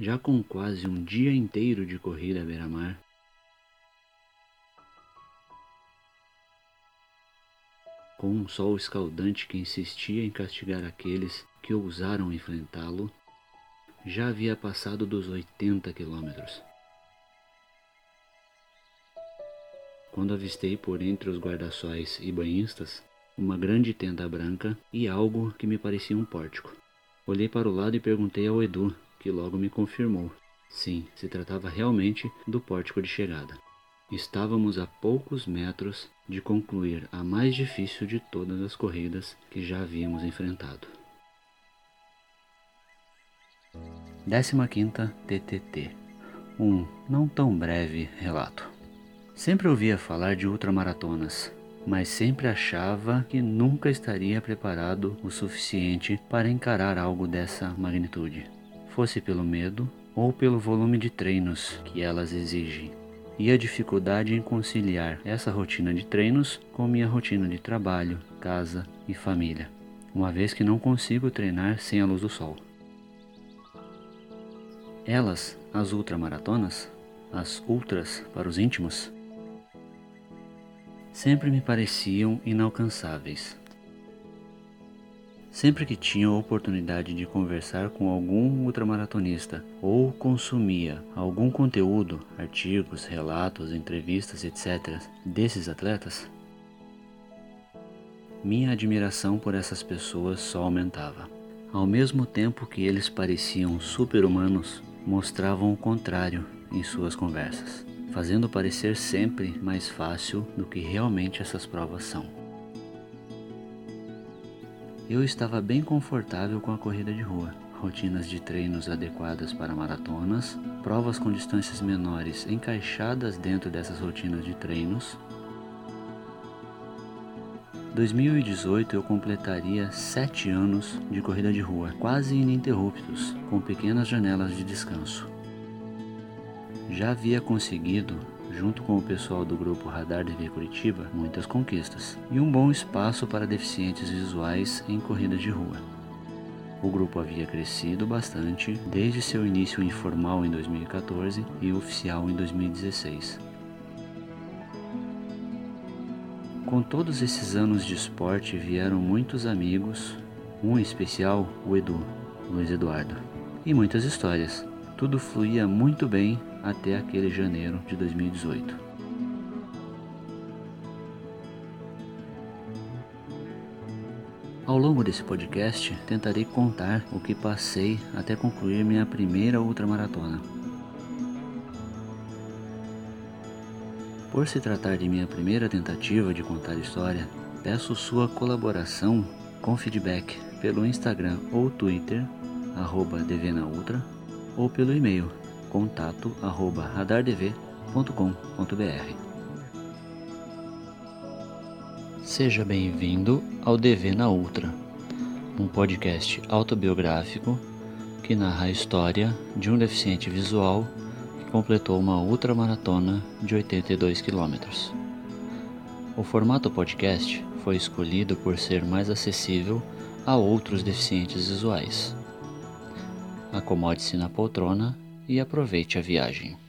já com quase um dia inteiro de corrida à beira-mar, com um sol escaldante que insistia em castigar aqueles que ousaram enfrentá-lo, já havia passado dos 80 quilômetros. Quando avistei por entre os guarda-sóis e banhistas uma grande tenda branca e algo que me parecia um pórtico. Olhei para o lado e perguntei ao Edu, que logo me confirmou. Sim, se tratava realmente do pórtico de chegada. Estávamos a poucos metros de concluir a mais difícil de todas as corridas que já havíamos enfrentado. 15ª TTT. Um não tão breve relato. Sempre ouvia falar de ultramaratonas, mas sempre achava que nunca estaria preparado o suficiente para encarar algo dessa magnitude, fosse pelo medo ou pelo volume de treinos que elas exigem, e a dificuldade em conciliar essa rotina de treinos com minha rotina de trabalho, casa e família, uma vez que não consigo treinar sem a luz do sol. Elas, as ultramaratonas, as ultras para os íntimos, sempre me pareciam inalcançáveis. Sempre que tinha a oportunidade de conversar com algum ultramaratonista ou consumia algum conteúdo, artigos, relatos, entrevistas, etc., desses atletas, minha admiração por essas pessoas só aumentava. Ao mesmo tempo que eles pareciam super-humanos, mostravam o contrário em suas conversas, fazendo parecer sempre mais fácil do que realmente essas provas são. Eu estava bem confortável com a corrida de rua, rotinas de treinos adequadas para maratonas, provas com distâncias menores encaixadas dentro dessas rotinas de treinos. 2018 eu completaria 7 anos de corrida de rua, quase ininterruptos, com pequenas janelas de descanso. Já havia conseguido, junto com o pessoal do grupo Radar TV Curitiba, muitas conquistas e um bom espaço para deficientes visuais em corridas de rua. O grupo havia crescido bastante desde seu início informal em 2014 e oficial em 2016. Com todos esses anos de esporte vieram muitos amigos, um em especial, o Edu, Luiz Eduardo, e muitas histórias. Tudo fluía muito bem até aquele janeiro de 2018. Ao longo desse podcast, tentarei contar o que passei até concluir minha primeira ultramaratona. Por se tratar de minha primeira tentativa de contar a história, peço sua colaboração com feedback pelo Instagram ou Twitter, @dvnaultra, ou pelo e-mail, contato@radardv.com.br. Seja bem-vindo ao DV na Ultra, um podcast autobiográfico que narra a história de um deficiente visual que completou uma ultramaratona de 82 quilômetros. O formato podcast foi escolhido por ser mais acessível a outros deficientes visuais. Acomode-se na poltrona e aproveite a viagem.